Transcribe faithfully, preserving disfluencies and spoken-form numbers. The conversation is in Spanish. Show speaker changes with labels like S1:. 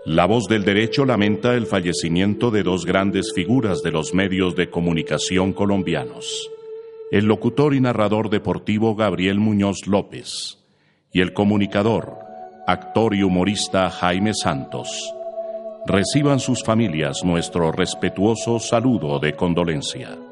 S1: La Voz del Derecho lamenta el fallecimiento de dos grandes figuras de los medios de comunicación colombianos: el locutor y narrador deportivo Gabriel Muñoz López y el comunicador, actor y humorista Jaime Santos. Reciban sus familias nuestro respetuoso saludo de condolencia.